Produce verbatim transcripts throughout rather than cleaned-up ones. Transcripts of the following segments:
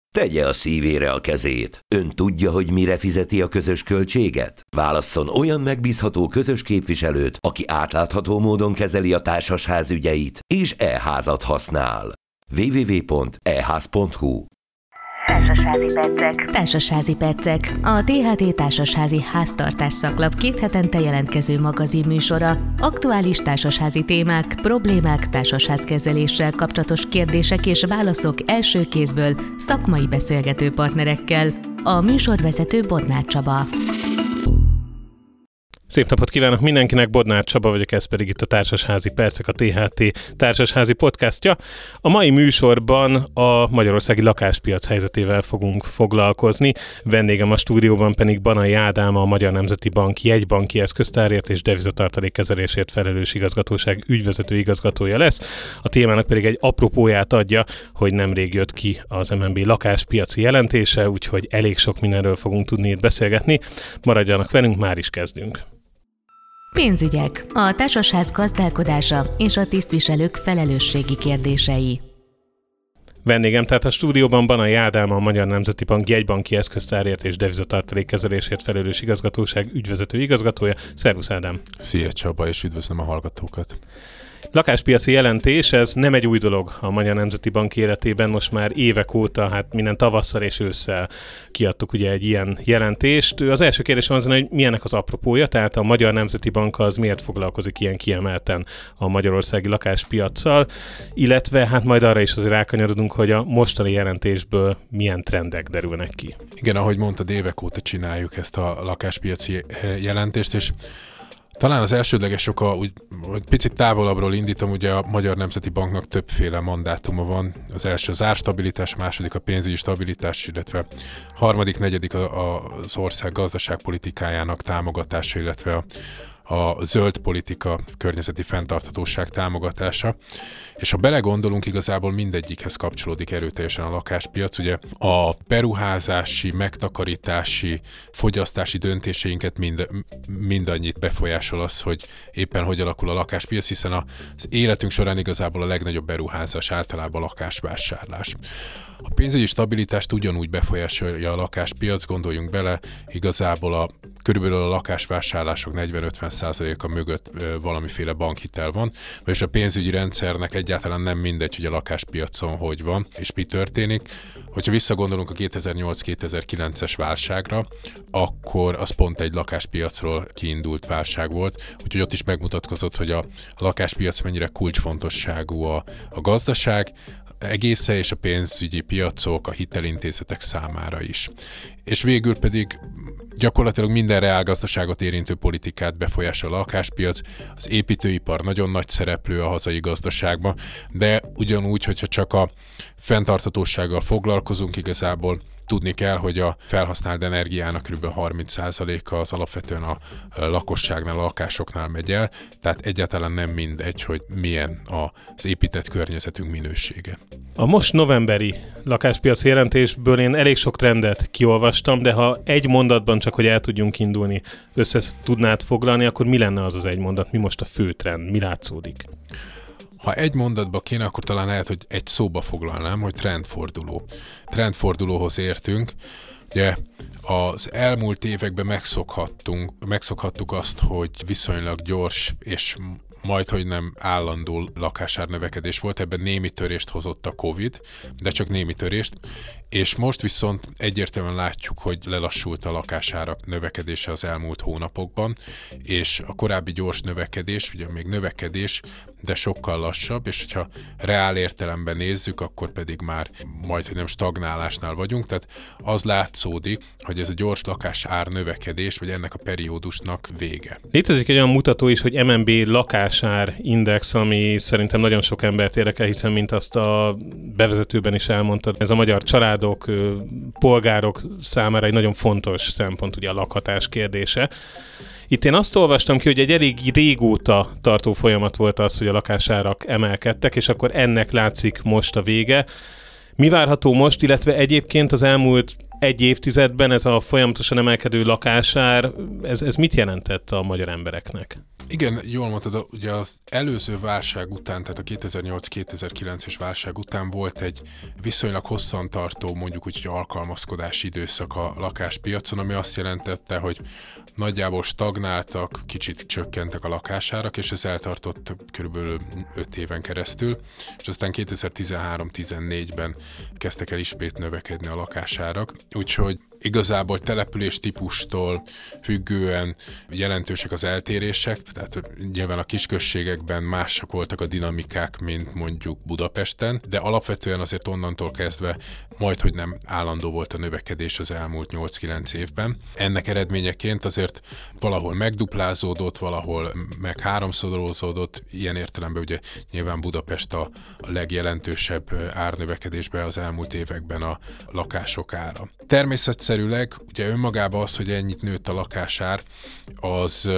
Tegye a szívére a kezét. Ön tudja, hogy mire fizeti a közös költséget? Válasszon olyan megbízható közös képviselőt, aki átlátható módon kezeli a társasház ügyeit, és e-házat használ. double-u double-u double-u pont e ház pont hu Társasházi percek. Társasházi percek. A té há té Társasházi Háztartás Szaklap két hetente jelentkező magazin műsora. Aktuális társasházi témák, problémák, társasházkezeléssel kapcsolatos kérdések és válaszok első kézből szakmai beszélgető partnerekkel. A műsorvezető Bodnár Csaba. Szép napot kívánok mindenkinek, Bodnár Csaba vagyok, ez pedig itt a Társasházi Percek, a té há té Társasházi podcastja. A mai műsorban a magyarországi lakáspiac helyzetével fogunk foglalkozni. Vendégem a stúdióban pedig Banai Ádám, a Magyar Nemzeti Bank jegybanki eszköztárért és devizatartalék kezelésért felelős igazgatóság ügyvezető igazgatója lesz. A témának pedig egy apropóját adja, hogy nemrég jött ki az em en bé lakáspiaci jelentése, úgyhogy elég sok mindenről fogunk tudni itt beszélgetni. Maradjanak velünk, már is kezdünk. Pénzügyek, a társasház gazdálkodása és a tisztviselők felelősségi kérdései. Vendégem tehát a stúdióban Banai Ádám, a Magyar Nemzeti Bank jegybanki eszköztárért és devizatartalék kezelésért felelős igazgatóság ügyvezető igazgatója. Szervusz Ádám! Szia Csaba, és üdvözlöm a hallgatókat! Lakáspiaci jelentés, ez nem egy új dolog a Magyar Nemzeti Bank életében, most már évek óta, hát minden tavasszal és ősszel kiadtuk ugye egy ilyen jelentést. Az első kérdésem az, hogy milyennek az apropója, tehát a Magyar Nemzeti Bank az miért foglalkozik ilyen kiemelten a magyarországi lakáspiaccal, illetve hát majd arra is azért rákanyarodunk, hogy a mostani jelentésből milyen trendek derülnek ki. Igen, ahogy mondtad, évek óta csináljuk ezt a lakáspiaci jelentést, és talán az elsődleges oka, úgy, hogy picit távolabbról indítom, ugye a Magyar Nemzeti Banknak többféle mandátuma van. Az első az árstabilitás, a második a pénzügyi stabilitás, illetve harmadik, negyedik az ország gazdaságpolitikájának támogatása, illetve a a zöld politika, környezeti fenntarthatóság támogatása. És ha belegondolunk, igazából mindegyikhez kapcsolódik erőteljesen a lakáspiac. Ugye a beruházási, megtakarítási, fogyasztási döntéseinket mind, mindannyit befolyásol az, hogy éppen hogy alakul a lakáspiac, hiszen az életünk során igazából a legnagyobb beruházás általában a lakásvásárlás. A pénzügyi stabilitást ugyanúgy befolyásolja a lakáspiac, gondoljunk bele, igazából a körülbelül a lakásvásárlások negyven-ötven százaléka mögött ö, valamiféle bankhitel van, és a pénzügyi rendszernek egyáltalán nem mindegy, hogy a lakáspiacon hogy van, és mi történik. Hogyha visszagondolunk a kétezer-nyolc-kétezer-kilences válságra, akkor az pont egy lakáspiacról kiindult válság volt, úgyhogy ott is megmutatkozott, hogy a lakáspiac mennyire kulcsfontosságú a, a gazdaság egészen, és a pénzügyi piacok, a hitelintézetek számára is. És végül pedig gyakorlatilag minden reálgazdaságot érintő politikát befolyásol a lakáspiac, az építőipar nagyon nagy szereplő a hazai gazdaságban, de ugyanúgy, hogyha csak a fenntarthatósággal foglalkozunk, igazából tudni kell, hogy a felhasznált energiának kb. harminc százaléka az alapvetően a lakosságnál, a lakásoknál megy el, tehát egyáltalán nem mindegy, hogy milyen az épített környezetünk minősége. A most novemberi lakáspiaci jelentésből én elég sok trendet kiolvastam, de ha egy mondatban csak, hogy el tudjunk indulni, össze tudnád foglalni, akkor mi lenne az az egy mondat? Mi most a fő trend? Mi látszódik? Ha egy mondatba kéne, akkor talán lehet, hogy egy szóba foglalnám, hogy trendforduló. Trendfordulóhoz értünk. Ugye az elmúlt években megszokhattunk, megszokhattuk azt, hogy viszonylag gyors és majdhogy nem állandó lakásárnövekedés volt, ebben némi törést hozott a Covid, de csak némi törést, és most viszont egyértelműen látjuk, hogy lelassult a lakásárak növekedése az elmúlt hónapokban, és a korábbi gyors növekedés, ugye még növekedés, de sokkal lassabb, és hogyha reál értelemben nézzük, akkor pedig már majdhogy nem stagnálásnál vagyunk, tehát az látszódik, hogy ez a gyors lakásár növekedés, vagy ennek a periódusnak vége. Létezik egy olyan mutató is, hogy em en bé lakásár index, ami szerintem nagyon sok embert érdekel, hiszen mint azt a bevezetőben is elmondtad, ez a magyar családok, polgárok számára egy nagyon fontos szempont, ugye a lakhatás kérdése. Itt én azt olvastam ki, hogy egy elég régóta tartó folyamat volt az, hogy a lakásárak emelkedtek, és akkor ennek látszik most a vége. Mi várható most, illetve egyébként az elmúlt egy évtizedben ez a folyamatosan emelkedő lakásár, ez, ez mit jelentett a magyar embereknek? Igen, jól mondtad, ugye az előző válság után, tehát a kétezer-nyolc-kétezer-kilences válság után volt egy viszonylag hosszantartó, mondjuk úgy, hogy alkalmazkodási időszak a lakáspiacon, ami azt jelentette, hogy nagyjából stagnáltak, kicsit csökkentek a lakásárak, és ez eltartott körülbelül öt éven keresztül, és aztán kétezer-tizenhárom-tizennégyben kezdtek el ismét növekedni a lakásárak, úgyhogy igazából település típustól függően jelentősek az eltérések, tehát nyilván a kisközségekben mások voltak a dinamikák, mint mondjuk Budapesten, de alapvetően azért onnantól kezdve majdhogy nem állandó volt a növekedés az elmúlt nyolc-kilenc évben. Ennek eredményeként azért valahol megduplázódott, valahol meg háromszorozódott, ilyen értelemben ugye nyilván Budapest a legjelentősebb árnövekedésben az elmúlt években a lakások ára. Természetszerűleg ugye önmagában az, hogy ennyit nőtt a lakásár, az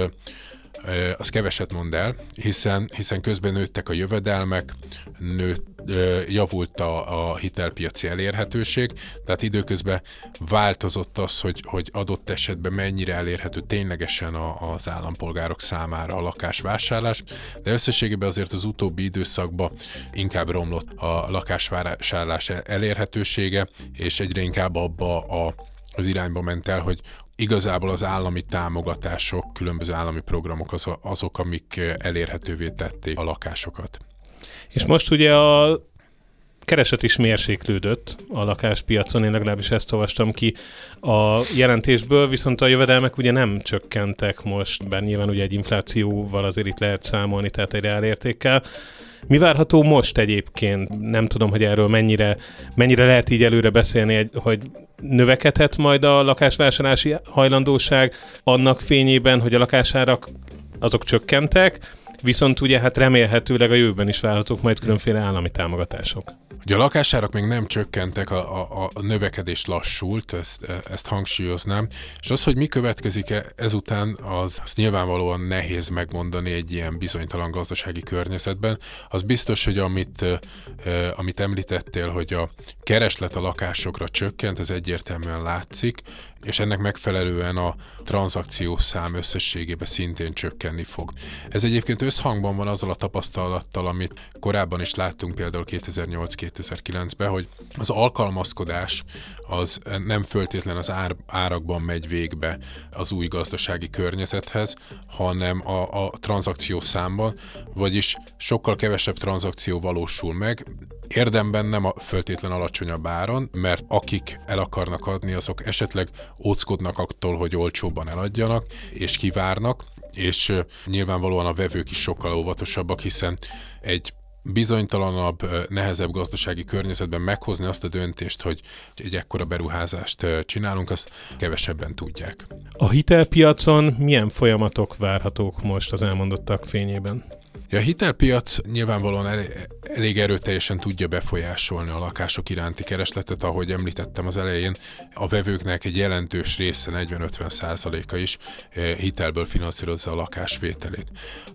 az keveset mond el, hiszen, hiszen közben nőttek a jövedelmek, nőtt, javult a, a hitelpiaci elérhetőség, tehát időközben változott az, hogy, hogy adott esetben mennyire elérhető ténylegesen a, az állampolgárok számára a lakásvásárlás, de összességében azért az utóbbi időszakban inkább romlott a lakásvásárlás elérhetősége, és egyre inkább abba a, az irányba ment el, hogy igazából az állami támogatások, különböző állami programok az, azok, amik elérhetővé tették a lakásokat. És most ugye a kereset is mérséklődött a lakáspiacon, én legalábbis ezt olvastam ki a jelentésből, viszont a jövedelmek ugye nem csökkentek most, bár nyilván ugye egy inflációval azért itt lehet számolni, tehát egy reálértékkel. Mi várható most egyébként? Nem tudom, hogy erről mennyire, mennyire lehet így előre beszélni, hogy növekedhet majd a lakásvásárlási hajlandóság annak fényében, hogy a lakásárak azok csökkentek, viszont ugye hát remélhetőleg a jövőben is várhatók majd különféle állami támogatások. Ugye a lakásárak még nem csökkentek, a, a, a növekedés lassult, ezt, ezt hangsúlyoznám, és az, hogy mi következik ezután, az, az nyilvánvalóan nehéz megmondani egy ilyen bizonytalan gazdasági környezetben. Az biztos, hogy amit, amit említettél, hogy a kereslet a lakásokra csökkent, ez egyértelműen látszik, és ennek megfelelően a tranzakciós szám összességében szintén csökkenni fog. Ez egyébként összhangban van azzal a tapasztalattal, amit korábban is láttunk például kétezer-nyolc-kétezer-kilencben, hogy az alkalmazkodás az nem föltétlen az ár, árakban megy végbe az új gazdasági környezethez, hanem a, a tranzakciós számban, vagyis sokkal kevesebb tranzakció valósul meg, érdemben nem a föltétlen alacsonyabb áron, mert akik el akarnak adni, azok esetleg óckodnak attól, hogy olcsóbban eladjanak, és kivárnak, és nyilvánvalóan a vevők is sokkal óvatosabbak, hiszen egy bizonytalanabb, nehezebb gazdasági környezetben meghozni azt a döntést, hogy egy ekkora beruházást csinálunk, azt kevesebben tudják. A hitelpiacon milyen folyamatok várhatók most az elmondottak fényében? A hitelpiac nyilvánvalóan el, elég erőteljesen tudja befolyásolni a lakások iránti keresletet, ahogy említettem az elején, a vevőknek egy jelentős része, negyven-ötven százaléka is hitelből finanszírozza a lakásvételét.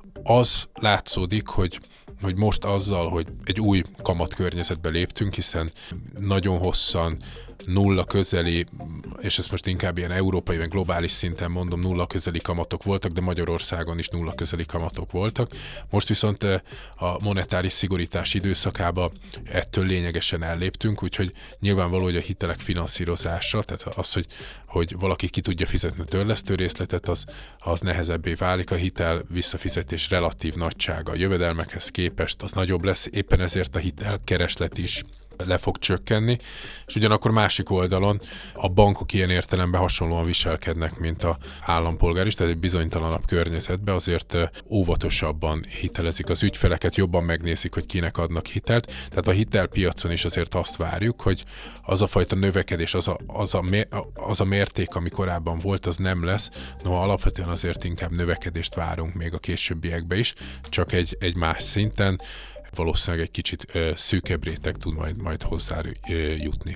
Az látszódik, hogy hogy most azzal, hogy egy új kamatkörnyezetbe léptünk, hiszen nagyon hosszan nulla közeli, és ezt most inkább ilyen európai, vagy globális szinten mondom, nulla közeli kamatok voltak, de Magyarországon is nulla közeli kamatok voltak. Most viszont a monetáris szigorítás időszakába ettől lényegesen elléptünk, úgyhogy nyilvánvaló, hogy a hitelek finanszírozása, tehát az, hogy, hogy valaki ki tudja fizetni a törlesztő részletet, az, az nehezebbé válik, a hitel visszafizetés relatív nagysága a jövedelmekhez képest, az nagyobb lesz, éppen ezért a hitelkereslet is le fog csökkenni, és ugyanakkor másik oldalon a bankok ilyen értelemben hasonlóan viselkednek, mint az állampolgár is, tehát egy bizonytalanabb környezetben azért óvatosabban hitelezik az ügyfeleket, jobban megnézik, hogy kinek adnak hitelt. Tehát a hitelpiacon is azért azt várjuk, hogy az a fajta növekedés, az a, az a, az a mérték, ami korábban volt, az nem lesz. No, alapvetően azért inkább növekedést várunk még a későbbiekben is, csak egy, egy más szinten, valószínűleg egy kicsit ö, szűkebb réteg tud majd, majd hozzá ö, jutni.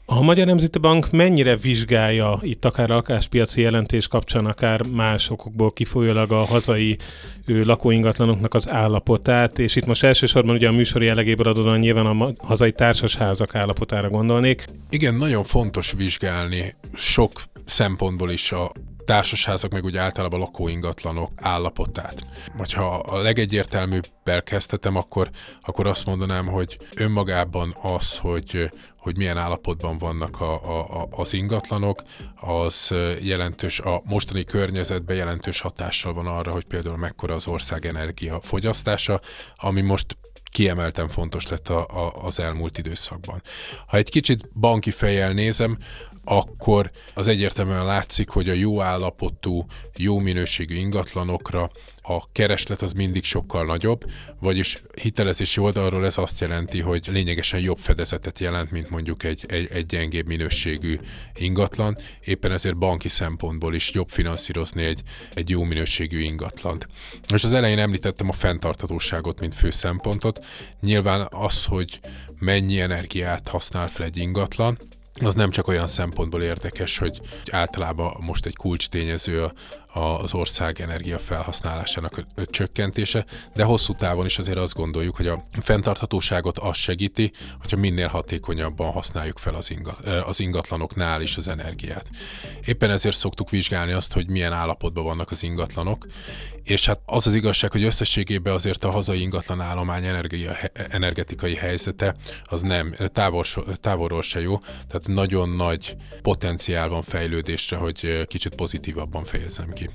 A Magyar Nemzeti Bank mennyire vizsgálja itt akár a lakáspiaci jelentés kapcsán, akár más okokból kifolyólag a hazai ő, lakóingatlanoknak az állapotát, és itt most elsősorban ugye a műsor jellegéből adódóan nyilván a hazai társasházak állapotára gondolnék. Igen, nagyon fontos vizsgálni sok szempontból is a társasházak, meg ugye általában lakóingatlanok állapotát. Vagy ha a legegyértelműbbel kezdhetem, akkor, akkor azt mondanám, hogy önmagában az, hogy, hogy milyen állapotban vannak a, a, az ingatlanok, az jelentős, a mostani környezetben jelentős hatással van arra, hogy például mekkora az ország energiafogyasztása, ami most kiemelten fontos lett a, a, az elmúlt időszakban. Ha egy kicsit banki fejjel nézem, akkor az egyértelműen látszik, hogy a jó állapotú, jó minőségű ingatlanokra a kereslet az mindig sokkal nagyobb, vagyis hitelezési oldalról ez azt jelenti, hogy lényegesen jobb fedezetet jelent, mint mondjuk egy, egy, egy gyengébb minőségű ingatlan. Éppen ezért banki szempontból is jobb finanszírozni egy, egy jó minőségű ingatlant. Most az elején említettem a fenntarthatóságot, mint fő szempontot. Nyilván az, hogy mennyi energiát használ fel egy ingatlan, az nem csak olyan szempontból érdekes, hogy általában most egy kulcstényező az ország energiafelhasználásának a csökkentése, de hosszú távon is azért azt gondoljuk, hogy a fenntarthatóságot az segíti, hogyha minél hatékonyabban használjuk fel az, ingat, az ingatlanoknál is az energiát. Éppen ezért szoktuk vizsgálni azt, hogy milyen állapotban vannak az ingatlanok, és hát az az igazság, hogy összességében azért a hazai ingatlan állomány energia, energetikai helyzete az nem, távol, távolról se jó, tehát nagyon nagy potenciál van fejlődésre, hogy kicsit pozitívabban fejezem ki.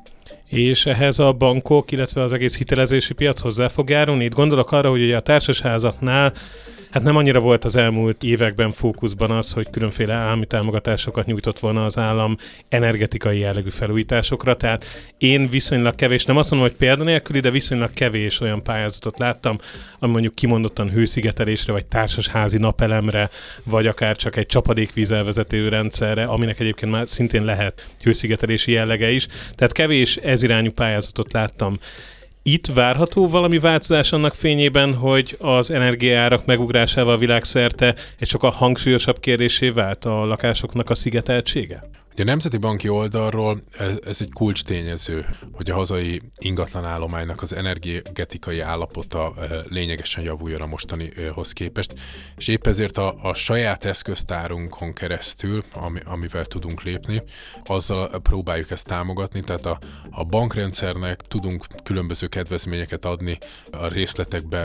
És ehhez a bankok, illetve az egész hitelezési piac hozzá fog járulni? Itt gondolok arra, hogy ugye a társasházaknál hát nem annyira volt az elmúlt években fókuszban az, hogy különféle állami támogatásokat nyújtott volna az állam energetikai jellegű felújításokra, tehát én viszonylag kevés, nem azt mondom, hogy példanélküli, de viszonylag kevés olyan pályázatot láttam, ami mondjuk kimondottan hőszigetelésre, vagy társasházi napelemre, vagy akár csak egy csapadékvízelvezető rendszerre, aminek egyébként már szintén lehet hőszigetelési jellege is, tehát kevés ezirányú pályázatot láttam. Itt várható valami változás annak fényében, hogy az energiaárak megugrásával világszerte egy sokkal hangsúlyosabb kérdésé vált a lakásoknak a szigeteltsége? Ugye a Nemzeti Banki oldalról ez, ez egy kulcstényező, hogy a hazai ingatlanállománynak az energetikai állapota lényegesen javuljon a mostanihoz képest, és épp ezért a, a saját eszköztárunkon keresztül, ami, amivel tudunk lépni, azzal próbáljuk ezt támogatni, tehát a, a bankrendszernek tudunk különböző kedvezményeket adni a részletekbe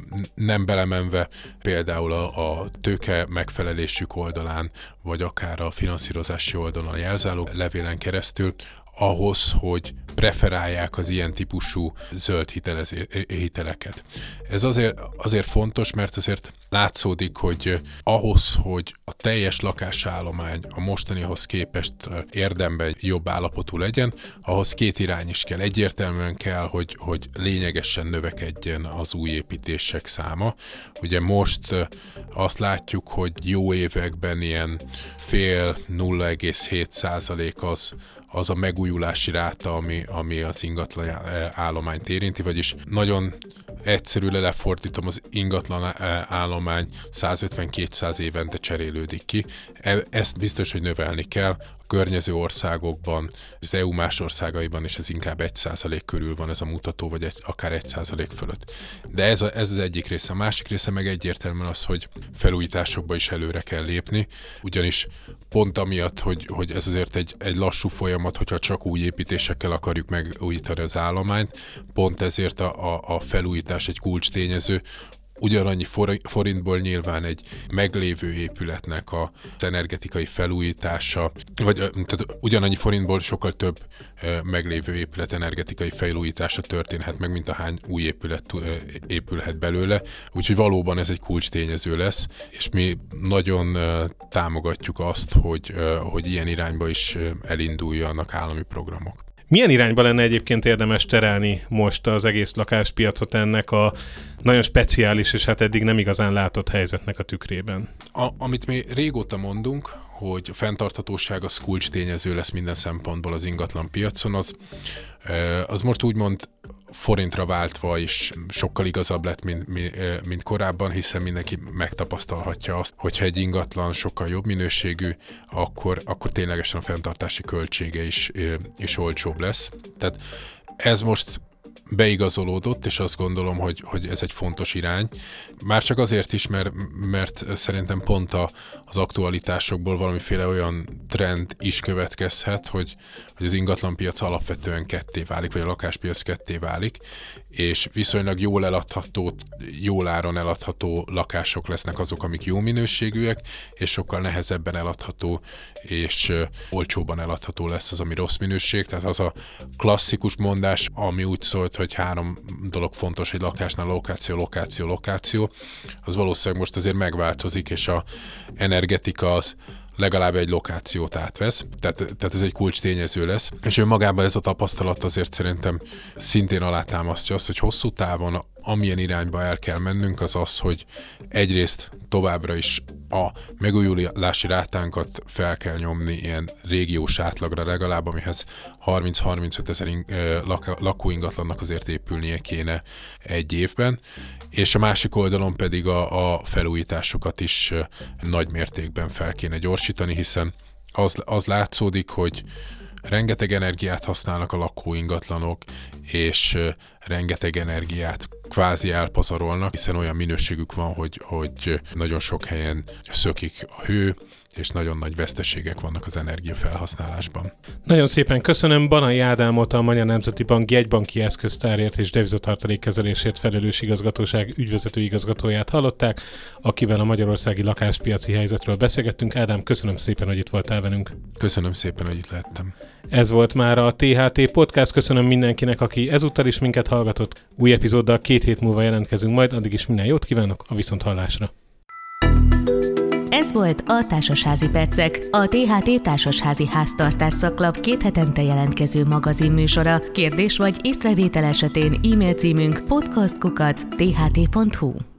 nem belemenve, például a, a tőke megfelelésük oldalán, vagy akár a finanszírozási oldalon a jelzálók levélen keresztül, ahhoz, hogy preferálják az ilyen típusú zöld hitelezé- hiteleket. Ez azért, azért fontos, mert azért látszódik, hogy ahhoz, hogy a teljes lakásállomány a mostanihoz képest érdemben jobb állapotú legyen, ahhoz két irány is kell. Egyértelműen kell, hogy, hogy lényegesen növekedjen az új építések száma. Ugye most azt látjuk, hogy jó években ilyen fél nulla egész hét százalék az, az a megújulási ráta, ami, ami az ingatlan állományt érinti, vagyis nagyon egyszerű lefordítom, az ingatlan állomány százötven-kétszáz évente cserélődik ki. Ezt biztos, hogy növelni kell. A környező országokban, az é u más országaiban is ez inkább egy százalék körül van ez a mutató, vagy egy, akár egy százalék fölött. De ez, a, ez az egyik része. A másik része meg egyértelműen az, hogy felújításokba is előre kell lépni, ugyanis pont amiatt, hogy, hogy ez azért egy, egy lassú folyamat, hogyha csak új építésekkel akarjuk megújítani az állományt, pont ezért a, a, a felújítás egy kulcstényező. Ugyanannyi forintból nyilván egy meglévő épületnek az energetikai felújítása, vagy tehát ugyanannyi forintból sokkal több meglévő épület energetikai felújítása történhet meg, mint ahány új épület épülhet belőle. Úgyhogy valóban ez egy kulcstényező lesz, és mi nagyon támogatjuk azt, hogy, hogy ilyen irányba is elinduljanak állami programok. Milyen irányba lenne egyébként érdemes terelni most az egész lakáspiacot ennek a nagyon speciális és hát eddig nem igazán látott helyzetnek a tükrében? A, amit mi régóta mondunk, hogy a fenntarthatóság az kulcstényező lesz minden szempontból az ingatlan piacon, az, az most úgymond forintra váltva is sokkal igazabb lett, mint, mint korábban, hiszen mindenki megtapasztalhatja azt, hogyha egy ingatlan sokkal jobb minőségű, akkor, akkor ténylegesen a fenntartási költsége is, is olcsóbb lesz. Tehát ez most beigazolódott, és azt gondolom, hogy, hogy ez egy fontos irány. Már csak azért is, mert, mert szerintem pont a, az aktualitásokból valamiféle olyan trend is következhet, hogy, hogy az ingatlanpiac alapvetően ketté válik, vagy a lakáspiac ketté válik, és viszonylag jól eladható, jól áron eladható lakások lesznek azok, amik jó minőségűek, és sokkal nehezebben eladható, és uh, olcsóban eladható lesz az, ami rossz minőség. Tehát az a klasszikus mondás, ami úgy szólt, hogy három dolog fontos egy lakásnál, lokáció, lokáció, lokáció, az valószínűleg most azért megváltozik, és a energetika az legalább egy lokációt átvesz, tehát, tehát ez egy kulcs tényező lesz, és önmagában ez a tapasztalat azért szerintem szintén alátámasztja azt, hogy hosszú távon amilyen irányba el kell mennünk, az az, hogy egyrészt továbbra is a megújulási rátánkat fel kell nyomni ilyen régiós átlagra legalább, amihez harminc-harmincöt ezer lakóingatlannak azért épülnie kéne egy évben, és a másik oldalon pedig a, a felújításokat is nagy mértékben fel kéne gyorsítani, hiszen az, az látszódik, hogy rengeteg energiát használnak a lakóingatlanok, és rengeteg energiát kvázi elpazarolnak, hiszen olyan minőségük van, hogy, hogy nagyon sok helyen szökik a hő, és nagyon nagy veszteségek vannak az energiafelhasználásban. Nagyon szépen köszönöm. Banai Ádámot, a Magyar Nemzeti Bank jegybanki eszköztárért és devizatartalék kezelésért felelős igazgatóság ügyvezető igazgatóját hallották, akivel a magyarországi lakáspiaci helyzetről beszélgettünk. Ádám, köszönöm szépen, hogy itt voltál velünk. Köszönöm szépen, hogy itt lehettem. Ez volt már a té há té Podcast. Köszönöm mindenkinek, aki ezúttal is minket hallgatott. Új epizóddal két hét múlva jelentkezünk majd, addig is minden jót kívánok, a viszonthallásra. Ez volt a Társasházi Percek, a té há té Társasházi Háztartás Szaklap két hetente jelentkező magazinműsora. Kérdés vagy észrevétel esetén e-mail címünk podcast kukac t h t pont h u.